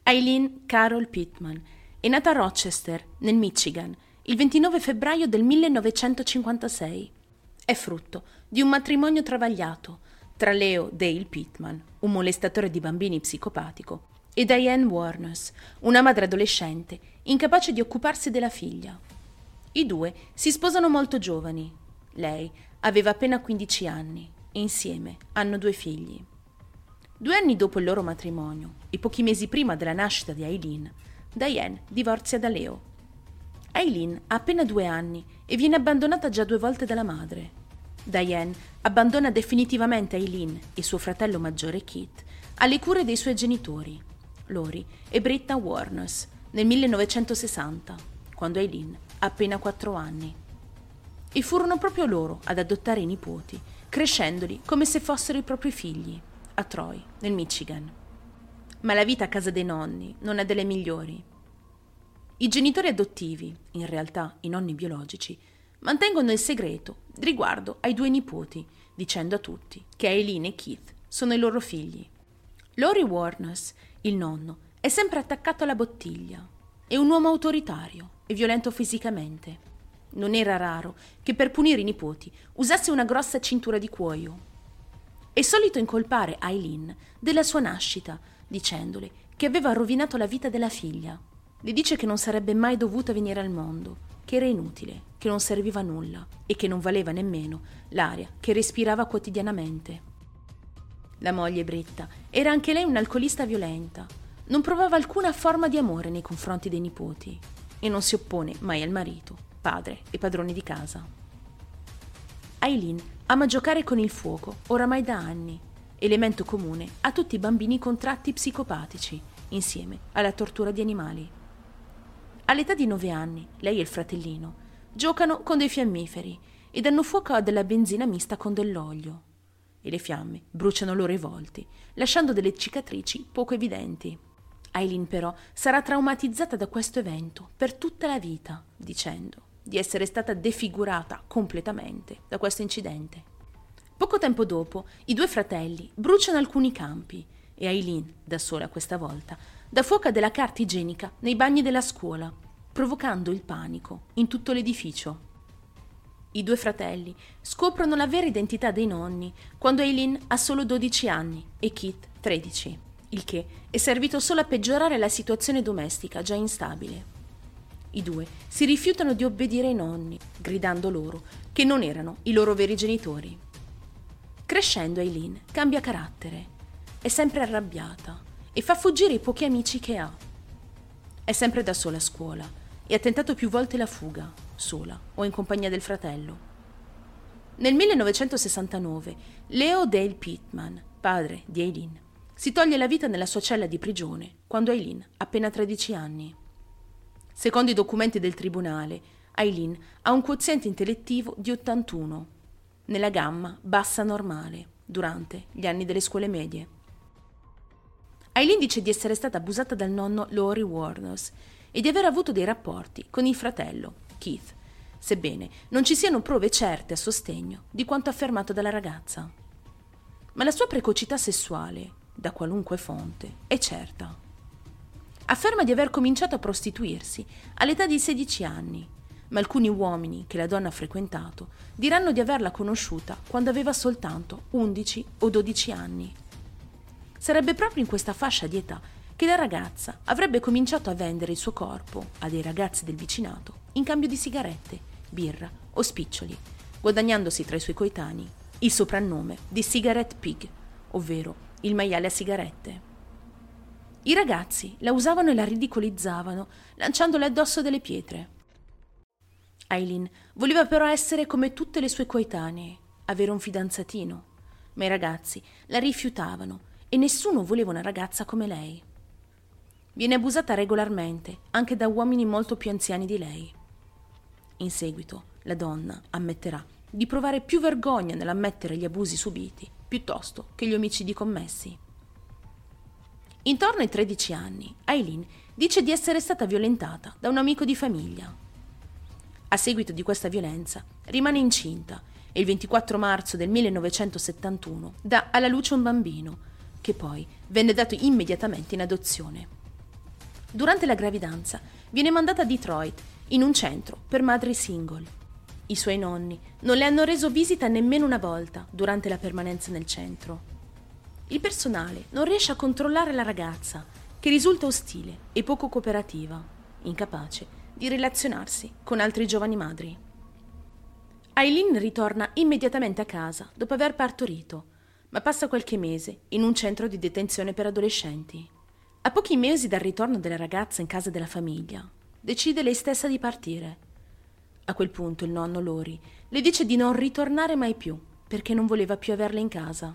Eileen Carol Pittman è nata a Rochester, nel Michigan, il 29 febbraio del 1956. È frutto di un matrimonio travagliato tra Leo Dale Pittman, un molestatore di bambini psicopatico, e Diane Warners, una madre adolescente incapace di occuparsi della figlia. I due si sposano molto giovani. Lei aveva appena 15 anni e insieme hanno 2 figli. 2 anni dopo il loro matrimonio e pochi mesi prima della nascita di Eileen, Diane divorzia da Leo. Eileen ha appena 2 anni e viene abbandonata già 2 volte dalla madre. Diane abbandona definitivamente Eileen e suo fratello maggiore Keith alle cure dei suoi genitori, Lori e Britta Warners, nel 1960, quando Eileen ha appena 4 anni. E furono proprio loro ad adottare i nipoti, crescendoli come se fossero i propri figli, a Troy, nel Michigan. Ma la vita a casa dei nonni non è delle migliori. I genitori adottivi, in realtà i nonni biologici, mantengono il segreto riguardo ai 2 nipoti, dicendo a tutti che Eileen e Keith sono i loro figli. Lori Warners, il nonno, è sempre attaccato alla bottiglia. È un uomo autoritario e violento fisicamente. Non era raro che per punire i nipoti usasse una grossa cintura di cuoio. È solito incolpare Eileen della sua nascita, dicendole che aveva rovinato la vita della figlia. Le dice che non sarebbe mai dovuta venire al mondo, che era inutile, che non serviva a nulla e che non valeva nemmeno l'aria che respirava quotidianamente. La moglie Britta era anche lei un'alcolista violenta. Non provava alcuna forma di amore nei confronti dei nipoti e non si oppone mai al marito, padre e padrone di casa. Eileen ama giocare con il fuoco oramai da anni, elemento comune a tutti i bambini con tratti psicopatici, insieme alla tortura di animali. All'età di 9 anni, lei e il fratellino giocano con dei fiammiferi e danno fuoco a della benzina mista con dell'olio. E le fiamme bruciano loro i volti, lasciando delle cicatrici poco evidenti. Eileen però sarà traumatizzata da questo evento per tutta la vita, dicendo di essere stata defigurata completamente da questo incidente. Poco tempo dopo, i 2 fratelli bruciano alcuni campi e Eileen, da sola questa volta, dà fuoco a della carta igienica nei bagni della scuola, provocando il panico in tutto l'edificio. I 2 fratelli scoprono la vera identità dei nonni quando Eileen ha solo 12 anni e Keith 13, il che è servito solo a peggiorare la situazione domestica già instabile. I 2 si rifiutano di obbedire ai nonni, gridando loro che non erano i loro veri genitori. Crescendo, Eileen cambia carattere, è sempre arrabbiata e fa fuggire i pochi amici che ha. È sempre da sola a scuola e ha tentato più volte la fuga, sola o in compagnia del fratello. Nel 1969, Leo Dale Pittman, padre di Eileen, si toglie la vita nella sua cella di prigione quando Eileen ha appena 13 anni. Secondo i documenti del tribunale, Eileen ha un quoziente intellettivo di 81, nella gamma bassa normale, durante gli anni delle scuole medie. Eileen dice di essere stata abusata dal nonno Lori Warners e di aver avuto dei rapporti con il fratello, Keith, sebbene non ci siano prove certe a sostegno di quanto affermato dalla ragazza. Ma la sua precocità sessuale, da qualunque fonte, è certa. Afferma di aver cominciato a prostituirsi all'età di 16 anni, ma alcuni uomini che la donna ha frequentato diranno di averla conosciuta quando aveva soltanto 11 o 12 anni. Sarebbe proprio in questa fascia di età che la ragazza avrebbe cominciato a vendere il suo corpo a dei ragazzi del vicinato in cambio di sigarette, birra o spiccioli, guadagnandosi tra i suoi coetanei il soprannome di Cigarette Pig, ovvero il maiale a sigarette. I ragazzi la usavano e la ridicolizzavano, lanciandole addosso delle pietre. Eileen voleva però essere come tutte le sue coetanee, avere un fidanzatino, ma i ragazzi la rifiutavano e nessuno voleva una ragazza come lei. Viene abusata regolarmente, anche da uomini molto più anziani di lei. In seguito, la donna ammetterà di provare più vergogna nell'ammettere gli abusi subiti, piuttosto che gli omicidi commessi. Intorno ai 13 anni, Eileen dice di essere stata violentata da un amico di famiglia. A seguito di questa violenza, rimane incinta e il 24 marzo del 1971 dà alla luce un bambino, che poi venne dato immediatamente in adozione. Durante la gravidanza viene mandata a Detroit, in un centro per madri single. I suoi nonni non le hanno reso visita nemmeno una volta durante la permanenza nel centro. Il personale non riesce a controllare la ragazza, che risulta ostile e poco cooperativa, incapace di relazionarsi con altre giovani madri. Aileen ritorna immediatamente a casa dopo aver partorito, ma passa qualche mese in un centro di detenzione per adolescenti. A pochi mesi dal ritorno della ragazza in casa della famiglia, decide lei stessa di partire. A quel punto il nonno Lori le dice di non ritornare mai più, perché non voleva più averla in casa.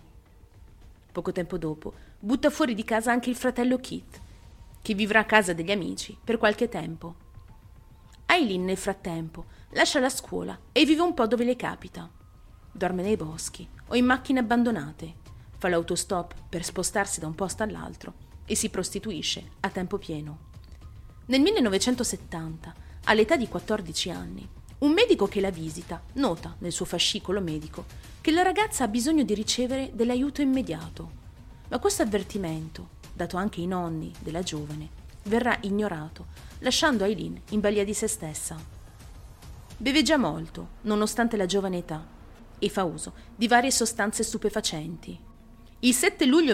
Poco tempo dopo butta fuori di casa anche il fratello Keith, che vivrà a casa degli amici per qualche tempo. Aileen nel frattempo lascia la scuola e vive un po' dove le capita. Dorme nei boschi o in macchine abbandonate, fa l'autostop per spostarsi da un posto all'altro e si prostituisce a tempo pieno. Nel 1970, all'età di 14 anni, un medico che la visita nota nel suo fascicolo medico che la ragazza ha bisogno di ricevere dell'aiuto immediato, ma questo avvertimento, dato anche ai nonni della giovane, verrà ignorato, lasciando Aileen in balia di se stessa. Beve già molto, nonostante la giovane età, e fa uso di varie sostanze stupefacenti. Il 7 luglio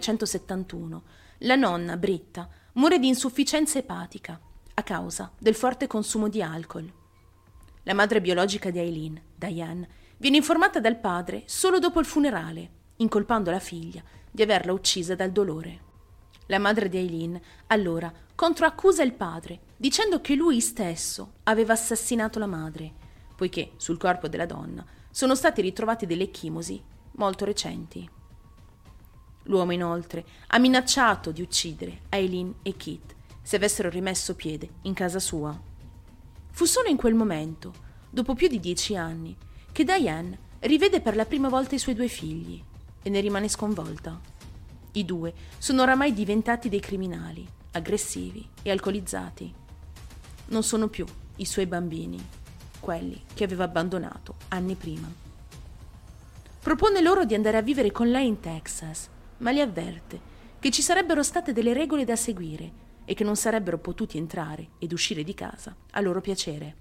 1971 la nonna, Britta, muore di insufficienza epatica a causa del forte consumo di alcol. La madre biologica di Aileen, Diane, viene informata dal padre solo dopo il funerale, incolpando la figlia di averla uccisa dal dolore. La madre di Aileen, allora, controaccusa il padre, dicendo che lui stesso aveva assassinato la madre, poiché sul corpo della donna sono stati ritrovati delle ecchimosi molto recenti. L'uomo, inoltre, ha minacciato di uccidere Aileen e Keith se avessero rimesso piede in casa sua. Fu solo in quel momento, dopo più di 10 anni, che Diane rivede per la prima volta i suoi 2 figli e ne rimane sconvolta. I 2 sono oramai diventati dei criminali, aggressivi e alcolizzati. Non sono più i suoi bambini, quelli che aveva abbandonato anni prima. Propone loro di andare a vivere con lei in Texas, ma li avverte che ci sarebbero state delle regole da seguire e che non sarebbero potuti entrare ed uscire di casa a loro piacere.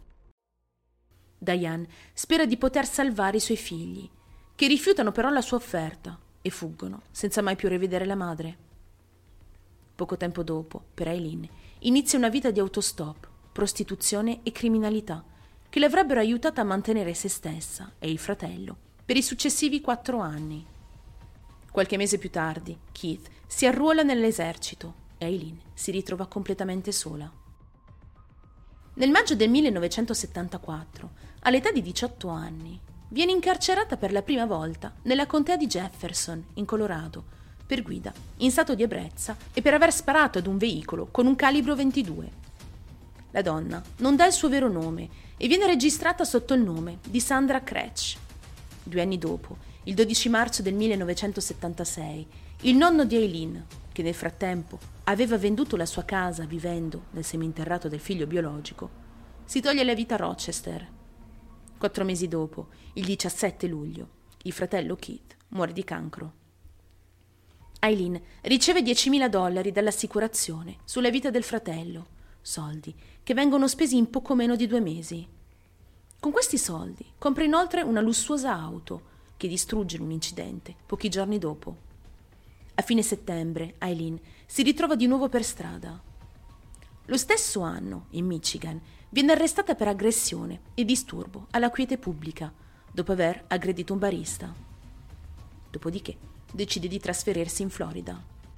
Diane spera di poter salvare i suoi figli, che rifiutano però la sua offerta e fuggono senza mai più rivedere la madre. Poco tempo dopo, per Aileen, inizia una vita di autostop, prostituzione e criminalità che le avrebbero aiutata a mantenere se stessa e il fratello per i successivi 4 anni. Qualche mese più tardi, Keith si arruola nell'esercito e Aileen si ritrova completamente sola. Nel maggio del 1974, all'età di 18 anni, viene incarcerata per la prima volta nella contea di Jefferson, in Colorado, per guida in stato di ebbrezza e per aver sparato ad un veicolo con un calibro 22. La donna non dà il suo vero nome e viene registrata sotto il nome di Sandra Kretsch. 2 anni dopo, il 12 marzo del 1976, il nonno di Aileen, che nel frattempo aveva venduto la sua casa vivendo nel seminterrato del figlio biologico, si toglie la vita a Rochester. 4 mesi dopo, il 17 luglio, il fratello Keith muore di cancro. Aileen riceve $10.000 dall'assicurazione sulla vita del fratello, soldi che vengono spesi in poco meno di 2 mesi. Con questi soldi compra inoltre una lussuosa auto che distrugge in un incidente pochi giorni dopo. A fine settembre, Aileen si ritrova di nuovo per strada. Lo stesso anno, in Michigan, viene arrestata per aggressione e disturbo alla quiete pubblica, dopo aver aggredito un barista. Dopodiché decide di trasferirsi in Florida.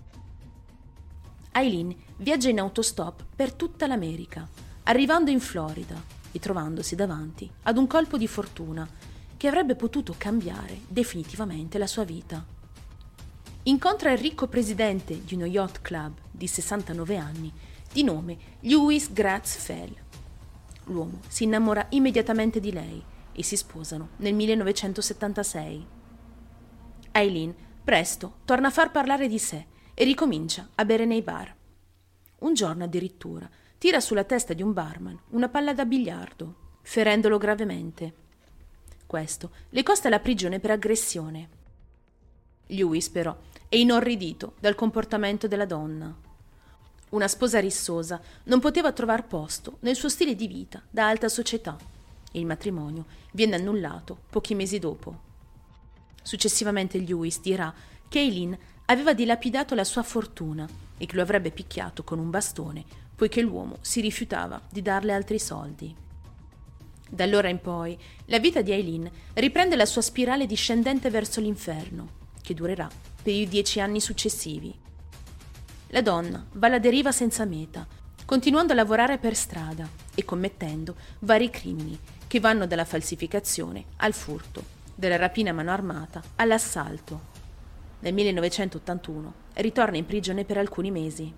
Aileen viaggia in autostop per tutta l'America, arrivando in Florida e trovandosi davanti ad un colpo di fortuna che avrebbe potuto cambiare definitivamente la sua vita. Incontra il ricco presidente di uno yacht club di 69 anni di nome Lewis Gratz Fell. L'uomo si innamora immediatamente di lei e si sposano nel 1976. Aileen presto torna a far parlare di sé e ricomincia a bere nei bar. Un giorno addirittura tira sulla testa di un barman una palla da biliardo, ferendolo gravemente. Questo le costa la prigione per aggressione. Lewis, però, è inorridito dal comportamento della donna. Una sposa rissosa non poteva trovar posto nel suo stile di vita da alta società. Il matrimonio viene annullato pochi mesi dopo. Successivamente Lewis dirà che Eileen aveva dilapidato la sua fortuna e che lo avrebbe picchiato con un bastone poiché l'uomo si rifiutava di darle altri soldi. Da allora in poi la vita di Eileen riprende la sua spirale discendente verso l'inferno, che durerà per i 10 anni successivi. La donna va alla deriva senza meta, continuando a lavorare per strada e commettendo vari crimini che vanno dalla falsificazione al furto, dalla rapina a mano armata all'assalto. Nel 1981 ritorna in prigione per alcuni mesi.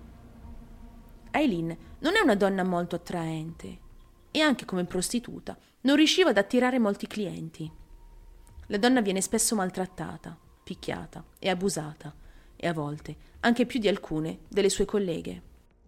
Eileen non è una donna molto attraente e anche come prostituta non riusciva ad attirare molti clienti. La donna viene spesso maltrattata, picchiata e abusata, e a volte anche più di alcune delle sue colleghe.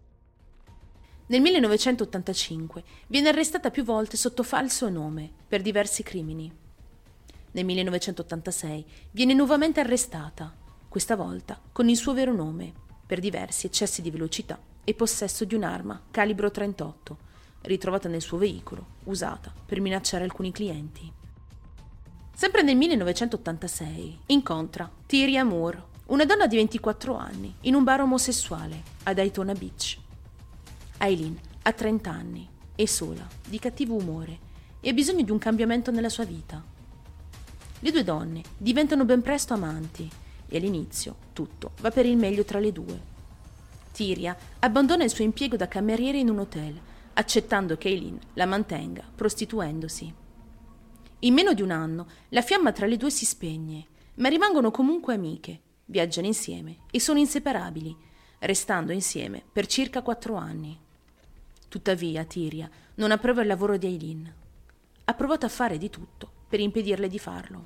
Nel 1985 viene arrestata più volte sotto falso nome per diversi crimini. Nel 1986 viene nuovamente arrestata, questa volta con il suo vero nome, per diversi eccessi di velocità e possesso di un'arma calibro 38, ritrovata nel suo veicolo, usata per minacciare alcuni clienti. Sempre nel 1986 incontra Tyria Moore, una donna di 24 anni, in un bar omosessuale a Daytona Beach. Eileen ha 30 anni, è sola, di cattivo umore e ha bisogno di un cambiamento nella sua vita. Le due donne diventano ben presto amanti e all'inizio tutto va per il meglio tra le due. Tyria abbandona il suo impiego da cameriere in un hotel, accettando che Eileen la mantenga prostituendosi. In meno di un anno la fiamma tra le due si spegne, ma rimangono comunque amiche, viaggiano insieme e sono inseparabili, restando insieme per circa 4 anni. Tuttavia Tyria non approva il lavoro di Eileen. Ha provato a fare di tutto per impedirle di farlo.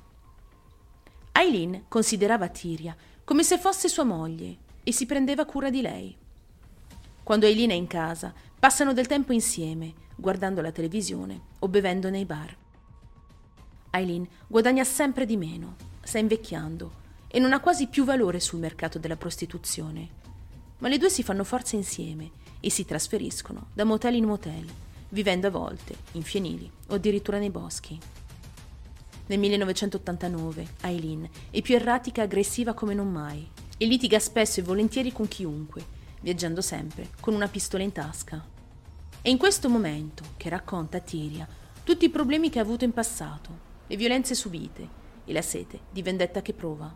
Eileen considerava Tyria come se fosse sua moglie e si prendeva cura di lei. Quando Eileen è in casa, passano del tempo insieme, guardando la televisione o bevendo nei bar. Eileen guadagna sempre di meno, sta invecchiando e non ha quasi più valore sul mercato della prostituzione. Ma le due si fanno forza insieme e si trasferiscono da motel in motel, vivendo a volte in fienili o addirittura nei boschi. Nel 1989 Eileen è più erratica e aggressiva come non mai e litiga spesso e volentieri con chiunque, viaggiando sempre con una pistola in tasca. È in questo momento che racconta a Tyria tutti i problemi che ha avuto in passato, le violenze subite e la sete di vendetta che prova.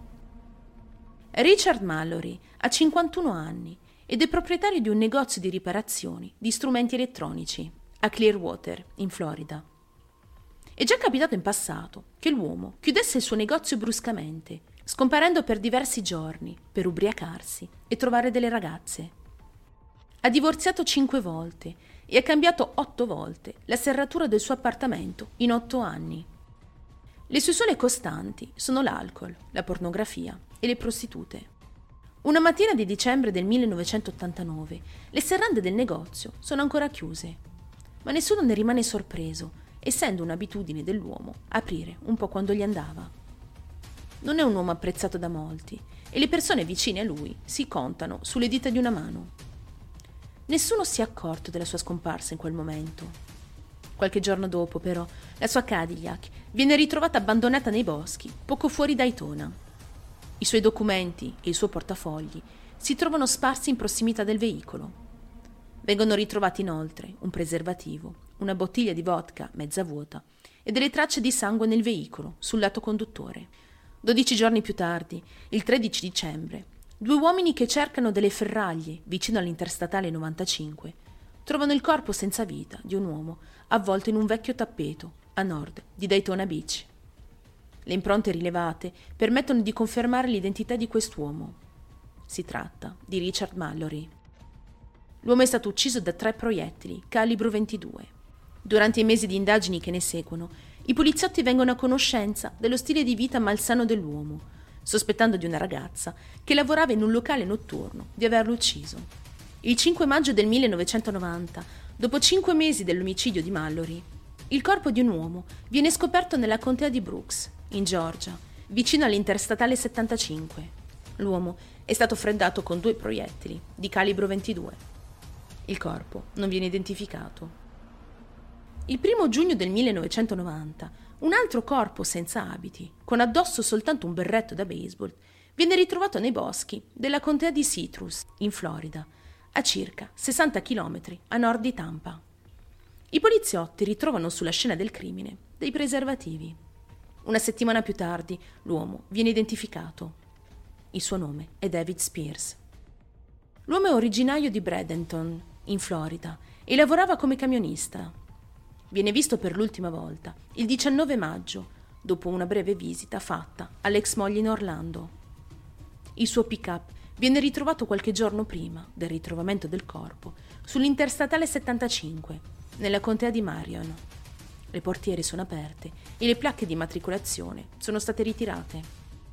Richard Mallory ha 51 anni ed è proprietario di un negozio di riparazioni di strumenti elettronici a Clearwater, in Florida. È già capitato in passato che l'uomo chiudesse il suo negozio bruscamente, scomparendo per diversi giorni per ubriacarsi e trovare delle ragazze. Ha divorziato 5 volte e ha cambiato 8 volte la serratura del suo appartamento in 8 anni. Le sue sole costanti sono l'alcol, la pornografia e le prostitute. Una mattina di dicembre del 1989 le serrande del negozio sono ancora chiuse, ma nessuno ne rimane sorpreso, essendo un'abitudine dell'uomo aprire un po' quando gli andava. Non è un uomo apprezzato da molti e le persone vicine a lui si contano sulle dita di una mano. Nessuno si è accorto della sua scomparsa in quel momento. Qualche giorno dopo, però, la sua Cadillac viene ritrovata abbandonata nei boschi, poco fuori Daytona. I suoi documenti e il suo portafogli si trovano sparsi in prossimità del veicolo. Vengono ritrovati inoltre un preservativo, una bottiglia di vodka mezza vuota e delle tracce di sangue nel veicolo, sul lato conduttore. 12 giorni più tardi, il 13 dicembre, 2 uomini che cercano delle ferraglie vicino all'Interstatale 95 trovano il corpo senza vita di un uomo avvolto in un vecchio tappeto a nord di Daytona Beach. Le impronte rilevate permettono di confermare l'identità di quest'uomo. Si tratta di Richard Mallory. L'uomo è stato ucciso da 3 proiettili calibro 22. Durante i mesi di indagini che ne seguono, i poliziotti vengono a conoscenza dello stile di vita malsano dell'uomo, sospettando di una ragazza che lavorava in un locale notturno di averlo ucciso. Il 5 maggio del 1990, dopo 5 mesi dell'omicidio di Mallory, il corpo di un uomo viene scoperto nella contea di Brooks, in Georgia, vicino all'Interstatale 75. L'uomo è stato freddato con 2 proiettili di calibro 22. Il corpo non viene identificato. Il 1° giugno del 1990, un altro corpo senza abiti, con addosso soltanto un berretto da baseball, viene ritrovato nei boschi della contea di Citrus, in Florida, a circa 60 km a nord di Tampa. I poliziotti ritrovano sulla scena del crimine dei preservativi. Una settimana più tardi, l'uomo viene identificato. Il suo nome è David Spears. L'uomo è originario di Bradenton, in Florida, e lavorava come camionista. Viene visto per l'ultima volta il 19 maggio, dopo una breve visita fatta all'ex moglie in Orlando. Il suo pick-up viene ritrovato qualche giorno prima del ritrovamento del corpo sull'Interstatale 75, nella contea di Marion. Le portiere sono aperte e le placche di immatricolazione sono state ritirate.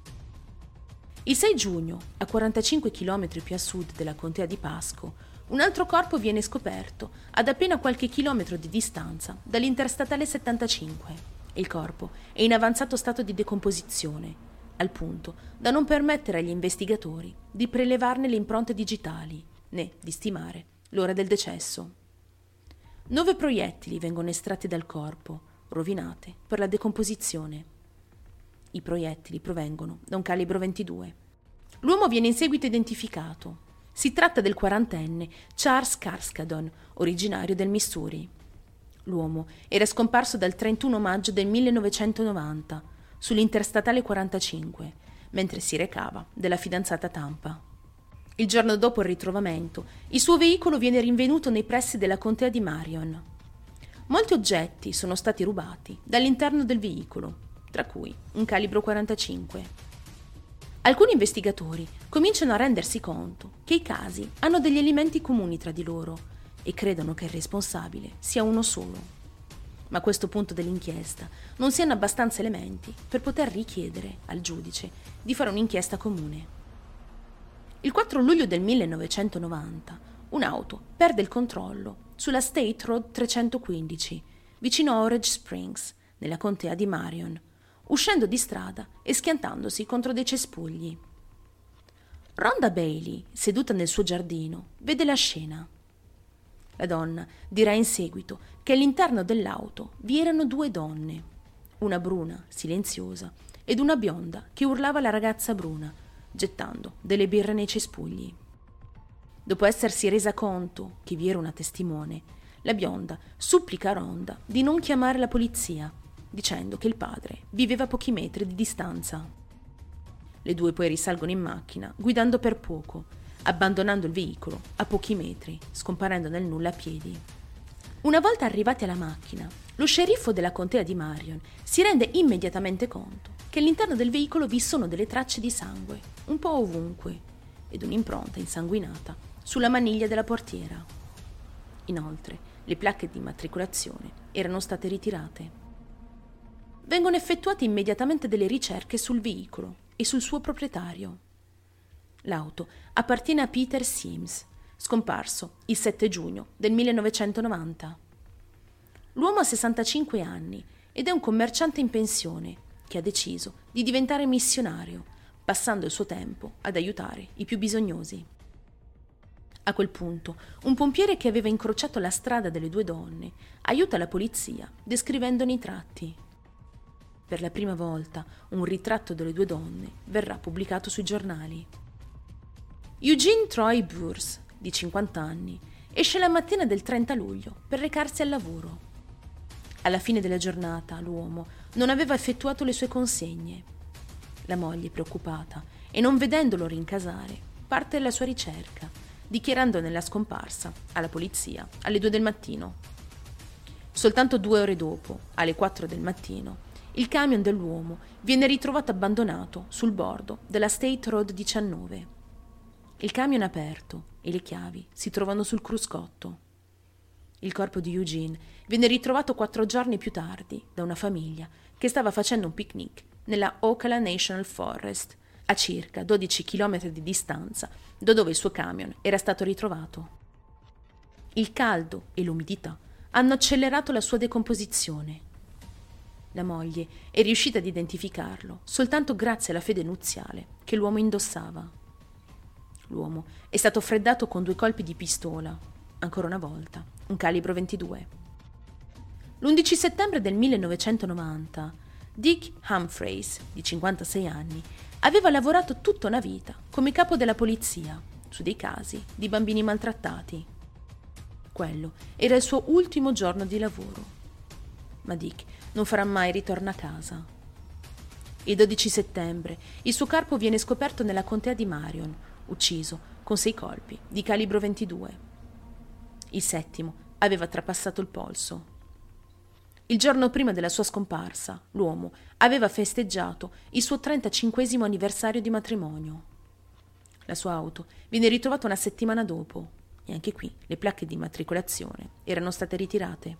Il 6 giugno, a 45 km più a sud della contea di Pasco, un altro corpo viene scoperto ad appena qualche chilometro di distanza dall'Interstatale 75. Il corpo è in avanzato stato di decomposizione, al punto da non permettere agli investigatori di prelevarne le impronte digitali, né di stimare l'ora del decesso. 9 proiettili vengono estratti dal corpo, rovinate per la decomposizione. I proiettili provengono da un calibro 22. L'uomo viene in seguito identificato. Si tratta del 40enne Charles Carskadon, originario del Missouri. L'uomo era scomparso dal 31 maggio del 1990 sull'Interstatale 45, mentre si recava dalla fidanzata Tampa. Il giorno dopo il ritrovamento, il suo veicolo viene rinvenuto nei pressi della contea di Marion. Molti oggetti sono stati rubati dall'interno del veicolo, tra cui un calibro 45. Alcuni investigatori cominciano a rendersi conto che i casi hanno degli elementi comuni tra di loro e credono che il responsabile sia uno solo. Ma a questo punto dell'inchiesta non si hanno abbastanza elementi per poter richiedere al giudice di fare un'inchiesta comune. Il 4 luglio del 1990 un'auto perde il controllo sulla State Road 315 vicino a Orange Springs, nella contea di Marion, uscendo di strada e schiantandosi contro dei cespugli. Rhonda Bailey, seduta nel suo giardino, vede la scena. La donna dirà in seguito che all'interno dell'auto vi erano 2 donne, una bruna, silenziosa, ed una bionda che urlava alla ragazza bruna, gettando delle birre nei cespugli. Dopo essersi resa conto che vi era una testimone, la bionda supplica a Rhonda di non chiamare la polizia, dicendo che il padre viveva a pochi metri di distanza. Le due poi risalgono in macchina, guidando per poco, abbandonando il veicolo a pochi metri, scomparendo nel nulla a piedi. Una volta arrivati alla macchina, lo sceriffo della contea di Marion si rende immediatamente conto che all'interno del veicolo vi sono delle tracce di sangue, un po' ovunque, ed un'impronta insanguinata sulla maniglia della portiera. Inoltre, le placche di immatricolazione erano state ritirate. Vengono effettuate immediatamente delle ricerche sul veicolo e sul suo proprietario. L'auto appartiene a Peter Sims, scomparso il 7 giugno del 1990. L'uomo ha 65 anni ed è un commerciante in pensione che ha deciso di diventare missionario, passando il suo tempo ad aiutare i più bisognosi. A quel punto, un pompiere che aveva incrociato la strada delle 2 donne aiuta la polizia descrivendone i tratti. Per la prima volta un ritratto delle 2 donne verrà pubblicato sui giornali. Eugene Troy Burs, di 50 anni, esce la mattina del 30 luglio per recarsi al lavoro. Alla fine della giornata l'uomo non aveva effettuato le sue consegne. La moglie, preoccupata e non vedendolo rincasare, parte alla sua ricerca, dichiarandone la scomparsa alla polizia alle 2 del mattino. Soltanto 2 ore dopo, alle 4 del mattino, il camion dell'uomo viene ritrovato abbandonato sul bordo della State Road 19. Il camion è aperto e le chiavi si trovano sul cruscotto. Il corpo di Eugene viene ritrovato 4 giorni più tardi da una famiglia che stava facendo un picnic nella Ocala National Forest, a circa 12 km di distanza da dove il suo camion era stato ritrovato. Il caldo e l'umidità hanno accelerato la sua decomposizione. La moglie è riuscita ad identificarlo soltanto grazie alla fede nuziale che l'uomo indossava. L'uomo è stato freddato con 2 colpi di pistola. ancora una volta, un calibro 22. L'11 settembre del 1990, Dick Humphreys, di 56 anni, aveva lavorato tutta una vita come capo della polizia su dei casi di bambini maltrattati. Quello era il suo ultimo giorno di lavoro. Ma Dick non farà mai ritorno a casa. Il 12 settembre il suo corpo viene scoperto nella contea di Marion, ucciso con 6 colpi di calibro 22. Il settimo aveva trapassato il polso. Il giorno prima della sua scomparsa, l'uomo aveva festeggiato il suo 35° anniversario di matrimonio. La sua auto viene ritrovata una settimana dopo e anche qui le placche di immatricolazione erano state ritirate.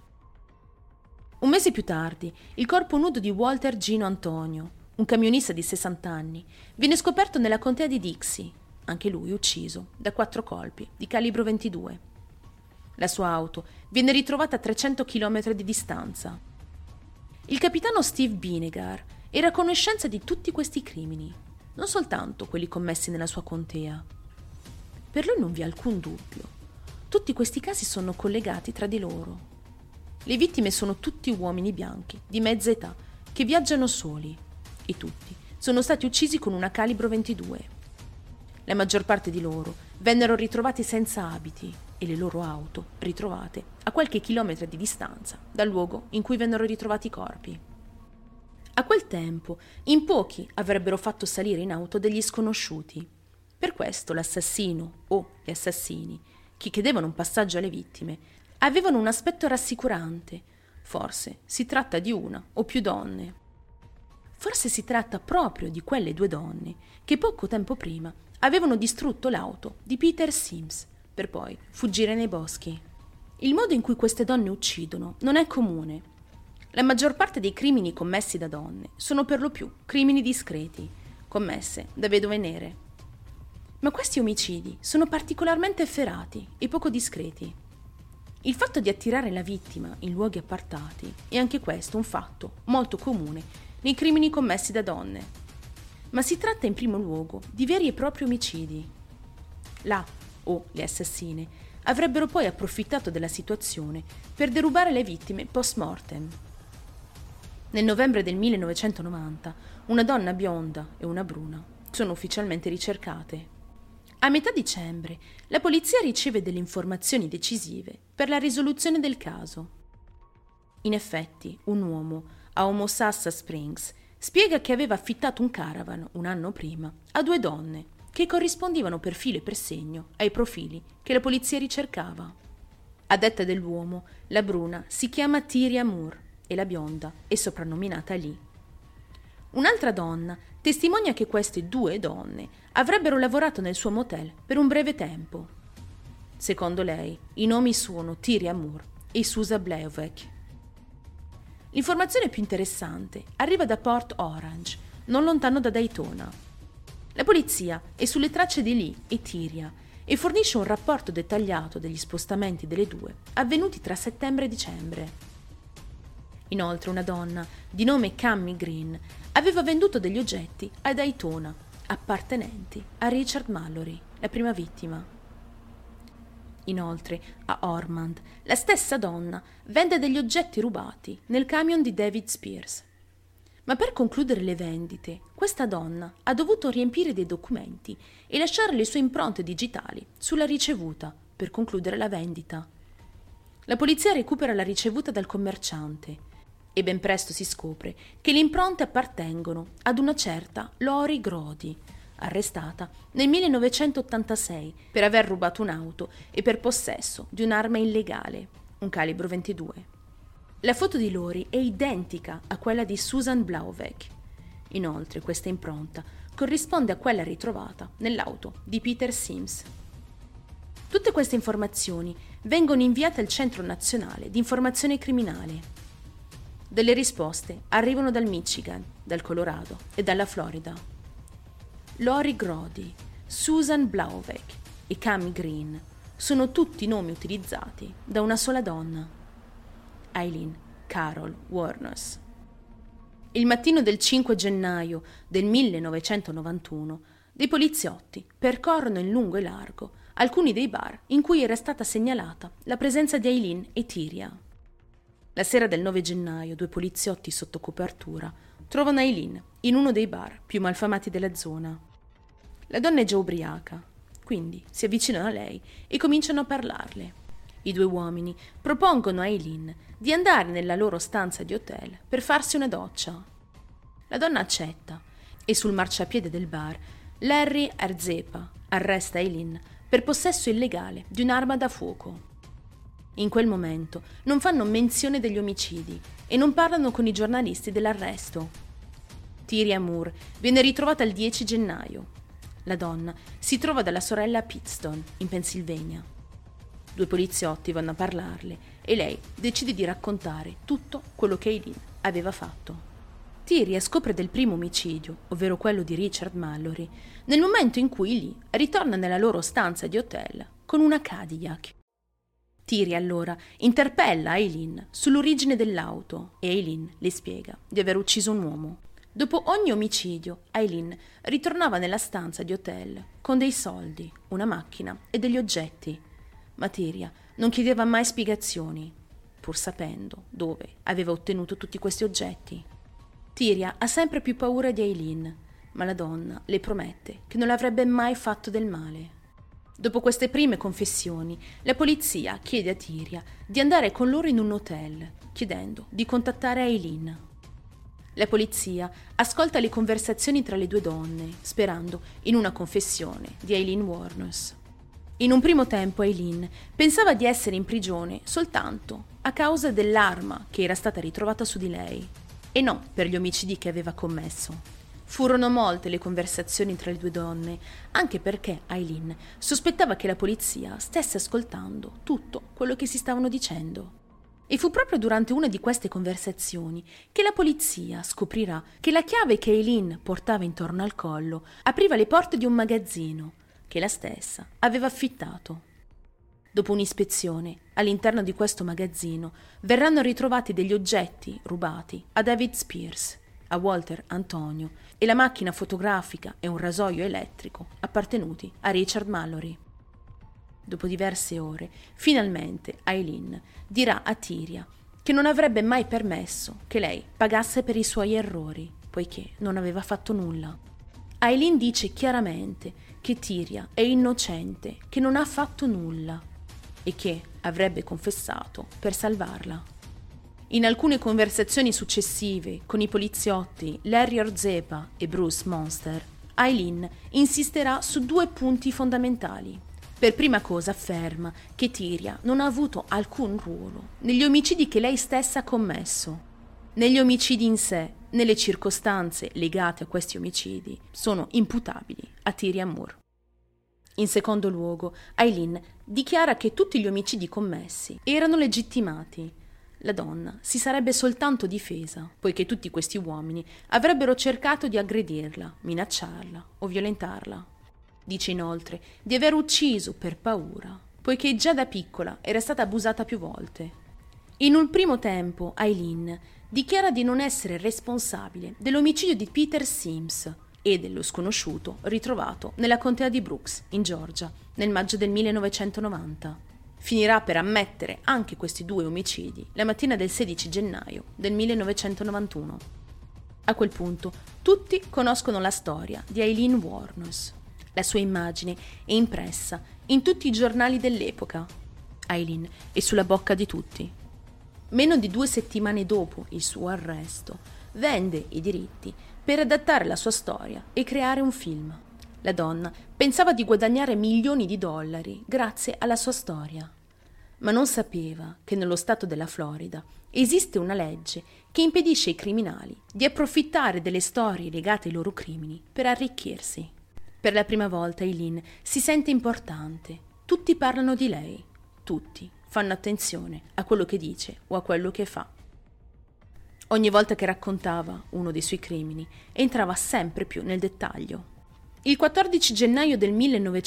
Un mese più tardi, il corpo nudo di Walter Gino Antonio, un camionista di 60 anni, viene scoperto nella contea di Dixie, anche lui ucciso da 4 colpi di calibro 22. La sua auto viene ritrovata a 300 km di distanza. Il capitano Steve Binegar era a conoscenza di tutti questi crimini, non soltanto quelli commessi nella sua contea. Per lui non vi è alcun dubbio. Tutti questi casi sono collegati tra di loro. Le vittime sono tutti uomini bianchi, di mezza età, che viaggiano soli, e tutti sono stati uccisi con una calibro 22. La maggior parte di loro vennero ritrovati senza abiti e le loro auto ritrovate a qualche chilometro di distanza dal luogo in cui vennero ritrovati i corpi. A quel tempo, in pochi avrebbero fatto salire in auto degli sconosciuti. Per questo l'assassino o gli assassini, che chiedevano un passaggio alle vittime, avevano un aspetto rassicurante. Forse si tratta di una o più donne. Forse si tratta proprio di quelle 2 donne che poco tempo prima avevano distrutto l'auto di Peter Sims per poi fuggire nei boschi. Il modo in cui queste donne uccidono non è comune. La maggior parte dei crimini commessi da donne sono per lo più crimini discreti, commesse da vedove nere. Ma questi omicidi sono particolarmente efferati e poco discreti. Il fatto di attirare la vittima in luoghi appartati è anche questo un fatto molto comune nei crimini commessi da donne. Ma si tratta in primo luogo di veri e propri omicidi. La o le assassine avrebbero poi approfittato della situazione per derubare le vittime post mortem. Nel novembre del 1990 una donna bionda e una bruna sono ufficialmente ricercate. A metà dicembre la polizia riceve delle informazioni decisive per la risoluzione del caso. In effetti, un uomo a Homosassa Springs spiega che aveva affittato un caravan un anno prima a 2 donne che corrispondevano per filo e per segno ai profili che la polizia ricercava. A detta dell'uomo, la bruna si chiama Tyria Moore e la bionda è soprannominata Lee. Un'altra donna testimonia che queste 2 donne avrebbero lavorato nel suo motel per un breve tempo. Secondo lei, i nomi sono Tyria Moore e Susan Blauvek. L'informazione più interessante arriva da Port Orange, non lontano da Daytona. La polizia è sulle tracce di Lee e Tyria e fornisce un rapporto dettagliato degli spostamenti delle 2 avvenuti tra settembre e dicembre. Inoltre una donna di nome Cammie Green aveva venduto degli oggetti a Daytona appartenenti a Richard Mallory, la prima vittima. Inoltre, a Ormond, la stessa donna vende degli oggetti rubati nel camion di David Spears. Ma per concludere le vendite, questa donna ha dovuto riempire dei documenti e lasciare le sue impronte digitali sulla ricevuta per concludere la vendita. La polizia recupera la ricevuta dal commerciante e ben presto si scopre che le impronte appartengono ad una certa Lori Grody, arrestata nel 1986 per aver rubato un'auto e per possesso di un'arma illegale, un calibro 22. La foto di Lori è identica a quella di Susan Blauvek. Inoltre questa impronta corrisponde a quella ritrovata nell'auto di Peter Sims. Tutte queste informazioni vengono inviate al Centro Nazionale di Informazione Criminale. Delle risposte arrivano dal Michigan, dal Colorado e dalla Florida. Lori Grody, Susan Blauvek e Cammie Green sono tutti nomi utilizzati da una sola donna, Eileen Carol Wuornos. Il mattino del 5 gennaio del 1991 dei poliziotti percorrono in lungo e largo alcuni dei bar in cui era stata segnalata la presenza di Aileen e Tyria. La sera del 9 gennaio 2 poliziotti sotto copertura trovano Aileen in uno dei bar più malfamati della zona. La donna è già ubriaca, quindi si avvicinano a lei e cominciano a parlarle. I 2 uomini propongono a Aileen di andare nella loro stanza di hotel per farsi una doccia. La donna accetta e sul marciapiede del bar Larry Arzepa arresta Aileen per possesso illegale di un'arma da fuoco. In quel momento non fanno menzione degli omicidi e non parlano con i giornalisti dell'arresto. Tyria Moore viene ritrovata il 10 gennaio. La donna si trova dalla sorella a Pittston, in Pennsylvania. 2 poliziotti vanno a parlarle e lei decide di raccontare tutto quello che Aileen aveva fatto. Tyria scopre del primo omicidio, ovvero quello di Richard Mallory, nel momento in cui Lee ritorna nella loro stanza di hotel con una Cadillac. Tyria allora interpella Aileen sull'origine dell'auto e Aileen le spiega di aver ucciso un uomo. Dopo ogni omicidio, Aileen ritornava nella stanza di hotel con dei soldi, una macchina e degli oggetti, ma Tyria non chiedeva mai spiegazioni, pur sapendo dove aveva ottenuto tutti questi oggetti. Tyria ha sempre più paura di Aileen, ma la donna le promette che non le avrebbe mai fatto del male. Dopo queste prime confessioni, la polizia chiede a Tyria di andare con loro in un hotel, chiedendo di contattare Aileen. La polizia ascolta le conversazioni tra le 2 donne, sperando in una confessione di Aileen Wuornos. In un primo tempo Aileen pensava di essere in prigione soltanto a causa dell'arma che era stata ritrovata su di lei, e non per gli omicidi che aveva commesso. Furono molte le conversazioni tra le 2 donne, anche perché Aileen sospettava che la polizia stesse ascoltando tutto quello che si stavano dicendo. E fu proprio durante una di queste conversazioni che la polizia scoprirà che la chiave che Aileen portava intorno al collo apriva le porte di un magazzino che la stessa aveva affittato. Dopo un'ispezione all'interno di questo magazzino verranno ritrovati degli oggetti rubati a David Spears, a Walter Antonio e la macchina fotografica e un rasoio elettrico appartenuti a Richard Mallory. Dopo diverse ore, finalmente Aileen dirà a Tyria che non avrebbe mai permesso che lei pagasse per i suoi errori, poiché non aveva fatto nulla. Aileen dice chiaramente che Tyria è innocente, che non ha fatto nulla e che avrebbe confessato per salvarla. In alcune conversazioni successive con i poliziotti Larry Arzepa e Bruce Monster, Aileen insisterà su 2 punti fondamentali. Per prima cosa afferma che Tyria non ha avuto alcun ruolo negli omicidi che lei stessa ha commesso. Negli omicidi in sé, né le circostanze legate a questi omicidi sono imputabili a Tyria Moore. In secondo luogo, Aileen dichiara che tutti gli omicidi commessi erano legittimati. La donna si sarebbe soltanto difesa, poiché tutti questi uomini avrebbero cercato di aggredirla, minacciarla o violentarla. Dice inoltre di aver ucciso per paura, poiché già da piccola era stata abusata più volte. In un primo tempo, Aileen dichiara di non essere responsabile dell'omicidio di Peter Sims e dello sconosciuto ritrovato nella contea di Brooks, in Georgia, nel maggio del 1990. Finirà per ammettere anche questi 2 omicidi la mattina del 16 gennaio del 1991. A quel punto tutti conoscono la storia di Aileen Wuornos. La sua immagine è impressa in tutti i giornali dell'epoca. Aileen è sulla bocca di tutti. Meno di 2 settimane dopo il suo arresto, vende i diritti per adattare la sua storia e creare un film. La donna pensava di guadagnare milioni di dollari grazie alla sua storia, ma non sapeva che nello stato della Florida esiste una legge che impedisce ai criminali di approfittare delle storie legate ai loro crimini per arricchirsi. Per la prima volta Aileen si sente importante. Tutti parlano di lei. Tutti fanno attenzione a quello che dice o a quello che fa. Ogni volta che raccontava uno dei suoi crimini, entrava sempre più nel dettaglio. Il 14 gennaio del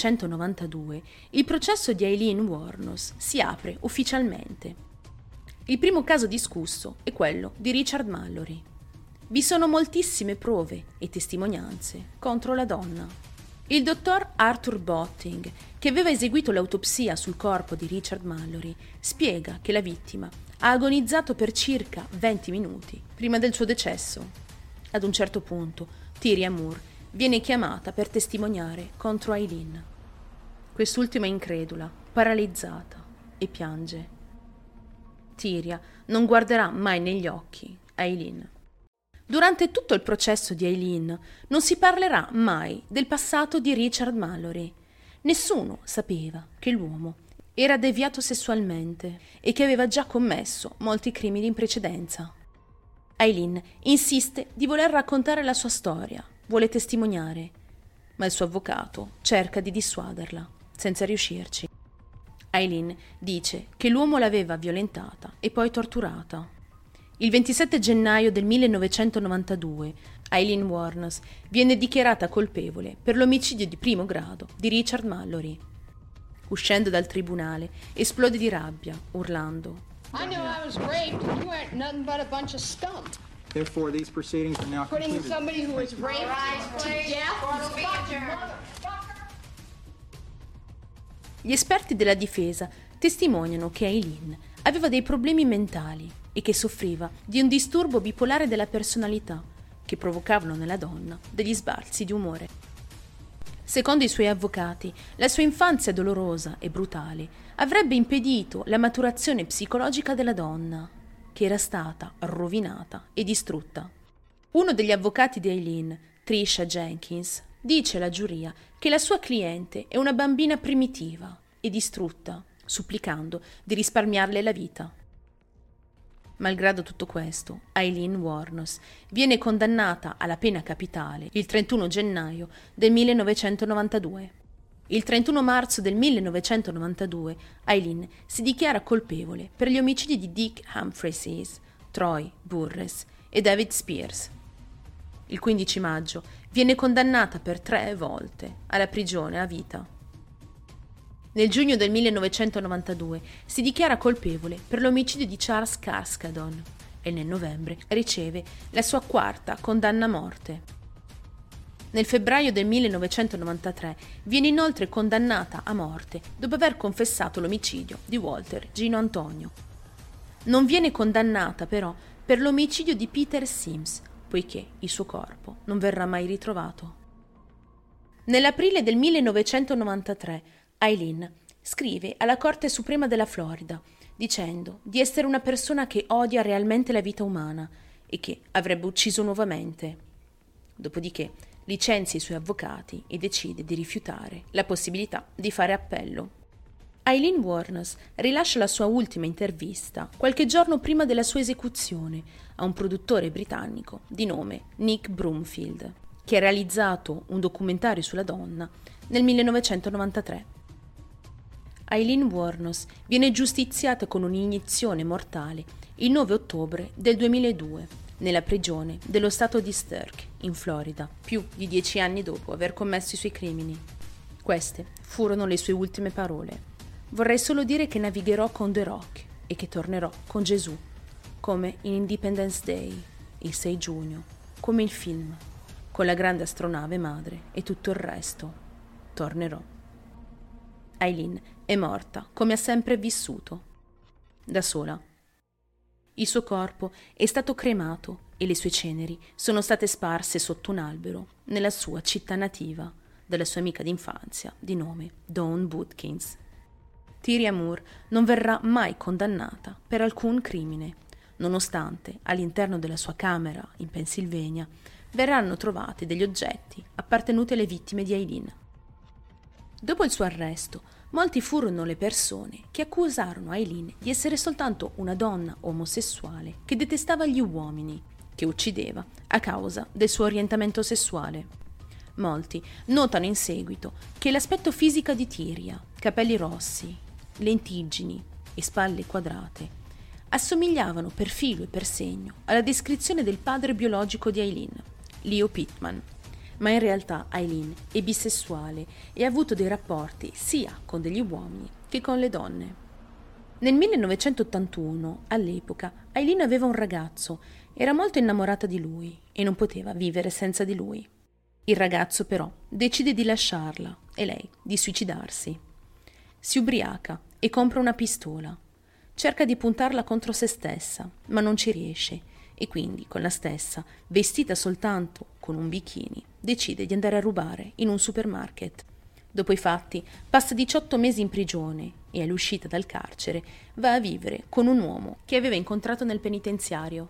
1992 il processo di Aileen Wuornos si apre ufficialmente. Il primo caso discusso è quello di Richard Mallory. Vi sono moltissime prove e testimonianze contro la donna. Il dottor Arthur Botting, che aveva eseguito l'autopsia sul corpo di Richard Mallory, spiega che la vittima ha agonizzato per circa 20 minuti prima del suo decesso. Ad un certo punto, Tyria Moore viene chiamata per testimoniare contro Eileen. Quest'ultima è incredula, paralizzata e piange. Tyria non guarderà mai negli occhi Eileen. Durante tutto il processo di Eileen non si parlerà mai del passato di Richard Mallory. Nessuno sapeva che l'uomo era deviato sessualmente e che aveva già commesso molti crimini in precedenza. Eileen insiste di voler raccontare la sua storia, vuole testimoniare, ma il suo avvocato cerca di dissuaderla, senza riuscirci. Eileen dice che l'uomo l'aveva violentata e poi torturata. Il 27 gennaio del 1992 Eileen Wuornos viene dichiarata colpevole per l'omicidio di primo grado di Richard Mallory. Uscendo dal tribunale, esplode di rabbia, urlando: I know I was raped and you aren't nothing but a bunch of scum. Therefore, these proceedings are now Putting concluded. somebody who was raped to death. Gli esperti della difesa testimoniano che Eileen aveva dei problemi mentali e che soffriva di un disturbo bipolare della personalità che provocavano nella donna degli sbalzi di umore. Secondo i suoi avvocati, la sua infanzia dolorosa e brutale avrebbe impedito la maturazione psicologica della donna, che era stata rovinata e distrutta. Uno degli avvocati di Eileen, Tricia Jenkins, dice alla giuria che la sua cliente è una bambina primitiva e distrutta, supplicando di risparmiarle la vita. Malgrado tutto questo, Eileen Wuornos viene condannata alla pena capitale il 31 gennaio del 1992. Il 31 marzo del 1992 Eileen si dichiara colpevole per gli omicidi di Dick Humphreys, Troy Burress e David Spears. Il 15 maggio viene condannata per 3 volte alla prigione a vita. Nel giugno del 1992 si dichiara colpevole per l'omicidio di Charles Cascadon e nel novembre riceve la sua 4ª condanna a morte. Nel febbraio del 1993 viene inoltre condannata a morte dopo aver confessato l'omicidio di Walter Gino Antonio. Non viene condannata però per l'omicidio di Peter Sims, poiché il suo corpo non verrà mai ritrovato. Nell'aprile del 1993 Eileen scrive alla Corte Suprema della Florida dicendo di essere una persona che odia realmente la vita umana e che avrebbe ucciso nuovamente. Dopodiché licenzia i suoi avvocati e decide di rifiutare la possibilità di fare appello. Eileen Wuornos rilascia la sua ultima intervista qualche giorno prima della sua esecuzione a un produttore britannico di nome Nick Broomfield, che ha realizzato un documentario sulla donna nel 1993. Eileen Wuornos viene giustiziata con un'iniezione mortale il 9 ottobre del 2002 nella prigione dello stato di Stark, in Florida, più di 10 anni dopo aver commesso i suoi crimini. Queste furono le sue ultime parole. Vorrei solo dire che navigherò con The Rock e che tornerò con Gesù, come in Independence Day, il 6 giugno, come il film, con la grande astronave madre e tutto il resto. Tornerò. Eileen è morta come ha sempre vissuto, da sola. Il suo corpo è stato cremato e le sue ceneri sono state sparse sotto un albero nella sua città nativa dalla sua amica d'infanzia di nome Dawn Bootkins. Tyria Moore non verrà mai condannata per alcun crimine, nonostante all'interno della sua camera in Pennsylvania verranno trovati degli oggetti appartenuti alle vittime di Eileen. Dopo il suo arresto, molti furono le persone che accusarono Eileen di essere soltanto una donna omosessuale che detestava gli uomini, che uccideva a causa del suo orientamento sessuale. Molti notano in seguito che l'aspetto fisico di Tyria, capelli rossi, lentiggini e spalle quadrate, assomigliavano per filo e per segno alla descrizione del padre biologico di Eileen, Leo Pittman. Ma in realtà Eileen è bisessuale e ha avuto dei rapporti sia con degli uomini che con le donne. Nel 1981, all'epoca, Eileen aveva un ragazzo, era molto innamorata di lui e non poteva vivere senza di lui. Il ragazzo però decide di lasciarla e lei di suicidarsi. Si ubriaca e compra una pistola. Cerca di puntarla contro se stessa, ma non ci riesce e quindi con la stessa, vestita soltanto con un bikini, decide di andare a rubare in un supermarket. Dopo i fatti passa 18 mesi in prigione e all'uscita dal carcere va a vivere con un uomo che aveva incontrato nel penitenziario.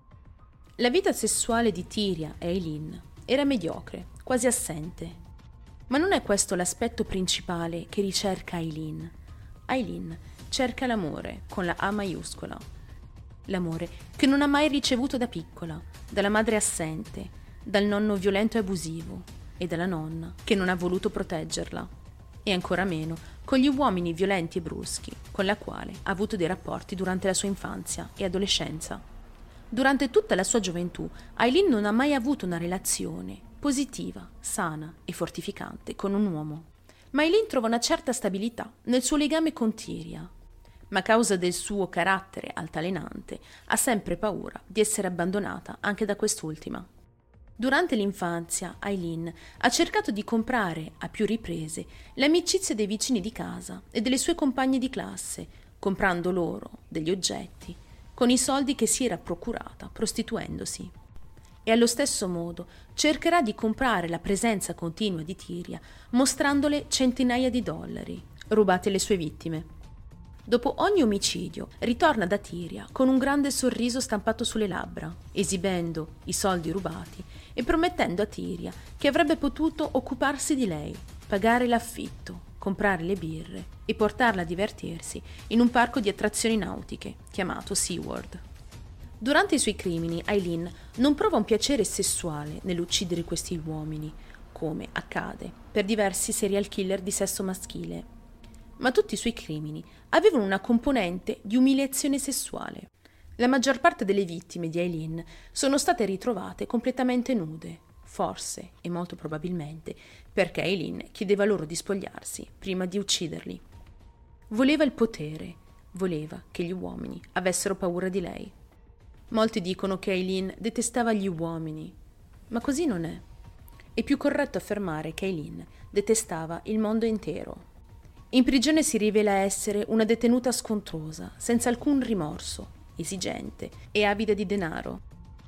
La vita sessuale di Tyria e Eileen era mediocre, quasi assente. Ma non è questo l'aspetto principale che ricerca Eileen. Eileen cerca l'amore con la A maiuscola. L'amore che non ha mai ricevuto da piccola, dalla madre assente, dal nonno violento e abusivo e dalla nonna che non ha voluto proteggerla. E ancora meno con gli uomini violenti e bruschi con la quale ha avuto dei rapporti durante la sua infanzia e adolescenza. Durante tutta la sua gioventù, Eileen non ha mai avuto una relazione positiva, sana e fortificante con un uomo. Ma Eileen trova una certa stabilità nel suo legame con Tyria, ma a causa del suo carattere altalenante ha sempre paura di essere abbandonata anche da quest'ultima. Durante l'infanzia, Eileen ha cercato di comprare a più riprese l'amicizia dei vicini di casa e delle sue compagne di classe, comprando loro degli oggetti con i soldi che si era procurata prostituendosi. E allo stesso modo cercherà di comprare la presenza continua di Tyria, mostrandole centinaia di dollari, rubati alle sue vittime. Dopo ogni omicidio ritorna da Tyria con un grande sorriso stampato sulle labbra, esibendo i soldi rubati e promettendo a Tyria che avrebbe potuto occuparsi di lei, pagare l'affitto, comprare le birre e portarla a divertirsi in un parco di attrazioni nautiche chiamato SeaWorld. Durante i suoi crimini, Eileen non prova un piacere sessuale nell'uccidere questi uomini, come accade per diversi serial killer di sesso maschile. Ma tutti i suoi crimini avevano una componente di umiliazione sessuale. La maggior parte delle vittime di Eileen sono state ritrovate completamente nude, forse e molto probabilmente perché Eileen chiedeva loro di spogliarsi prima di ucciderli. Voleva il potere, voleva che gli uomini avessero paura di lei. Molti dicono che Eileen detestava gli uomini, ma così non è. È più corretto affermare che Eileen detestava il mondo intero. In prigione si rivela essere una detenuta scontrosa, senza alcun rimorso, esigente e avida di denaro.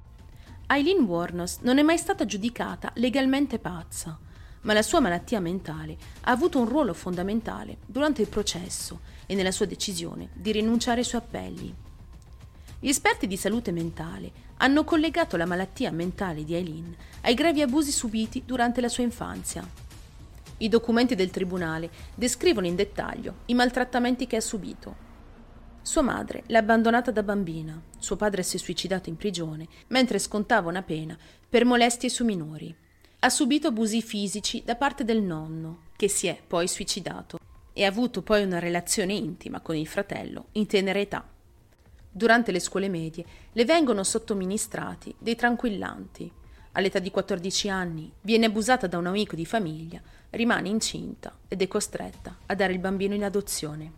Eileen Wuornos non è mai stata giudicata legalmente pazza, ma la sua malattia mentale ha avuto un ruolo fondamentale durante il processo e nella sua decisione di rinunciare ai suoi appelli. Gli esperti di salute mentale hanno collegato la malattia mentale di Eileen ai gravi abusi subiti durante la sua infanzia. I documenti del tribunale descrivono in dettaglio i maltrattamenti che ha subito. Sua madre l'ha abbandonata da bambina, suo padre si è suicidato in prigione mentre scontava una pena per molestie su minori. Ha subito abusi fisici da parte del nonno, che si è poi suicidato, e ha avuto poi una relazione intima con il fratello in tenera età. Durante le scuole medie le vengono sottoministrati dei tranquillanti. All'età di 14 anni viene abusata da un amico di famiglia, rimane incinta ed è costretta a dare il bambino in adozione.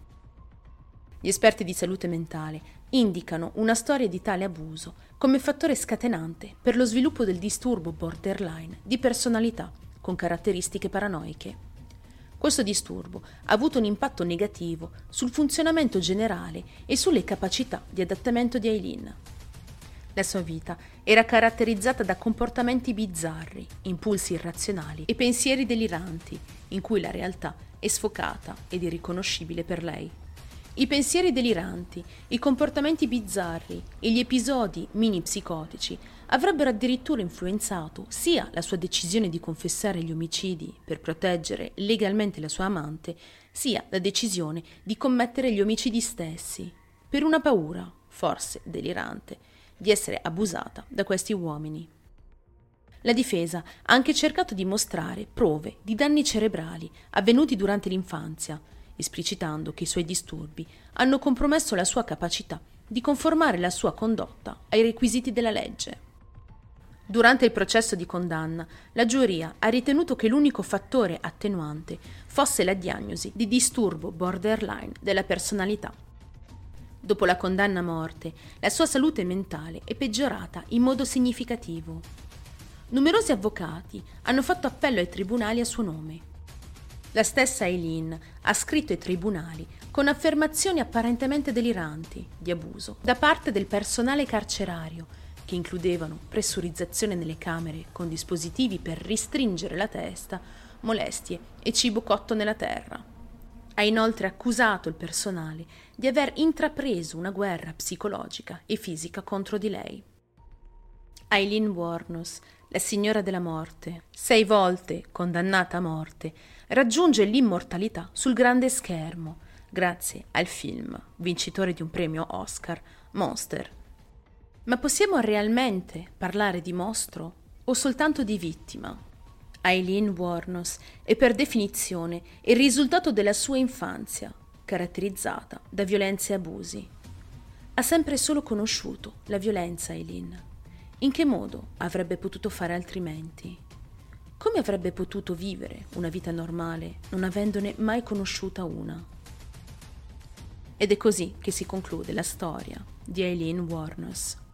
Gli esperti di salute mentale indicano una storia di tale abuso come fattore scatenante per lo sviluppo del disturbo borderline di personalità con caratteristiche paranoiche. Questo disturbo ha avuto un impatto negativo sul funzionamento generale e sulle capacità di adattamento di Eileen. La sua vita era caratterizzata da comportamenti bizzarri, impulsi irrazionali e pensieri deliranti, in cui la realtà è sfocata ed irriconoscibile per lei. I pensieri deliranti, i comportamenti bizzarri e gli episodi mini psicotici avrebbero addirittura influenzato sia la sua decisione di confessare gli omicidi per proteggere legalmente la sua amante, sia la decisione di commettere gli omicidi stessi, per una paura, forse delirante, di essere abusata da questi uomini. La difesa ha anche cercato di mostrare prove di danni cerebrali avvenuti durante l'infanzia, esplicitando che i suoi disturbi hanno compromesso la sua capacità di conformare la sua condotta ai requisiti della legge. Durante il processo di condanna, la giuria ha ritenuto che l'unico fattore attenuante fosse la diagnosi di disturbo borderline della personalità. Dopo la condanna a morte, la sua salute mentale è peggiorata in modo significativo. Numerosi avvocati hanno fatto appello ai tribunali a suo nome. La stessa Eileen ha scritto ai tribunali con affermazioni apparentemente deliranti di abuso da parte del personale carcerario, che includevano pressurizzazione nelle camere con dispositivi per ristringere la testa, molestie e cibo cotto nella terra. Ha inoltre accusato il personale di aver intrapreso una guerra psicologica e fisica contro di lei. Aileen Wuornos, la signora della morte, 6 volte condannata a morte, raggiunge l'immortalità sul grande schermo grazie al film, vincitore di un premio Oscar, Monster. Ma possiamo realmente parlare di mostro o soltanto di vittima? Aileen Wuornos è per definizione il risultato della sua infanzia, caratterizzata da violenze e abusi. Ha sempre solo conosciuto la violenza, Aileen. In che modo avrebbe potuto fare altrimenti? Come avrebbe potuto vivere una vita normale non avendone mai conosciuta una? Ed è così che si conclude la storia di Aileen Wuornos.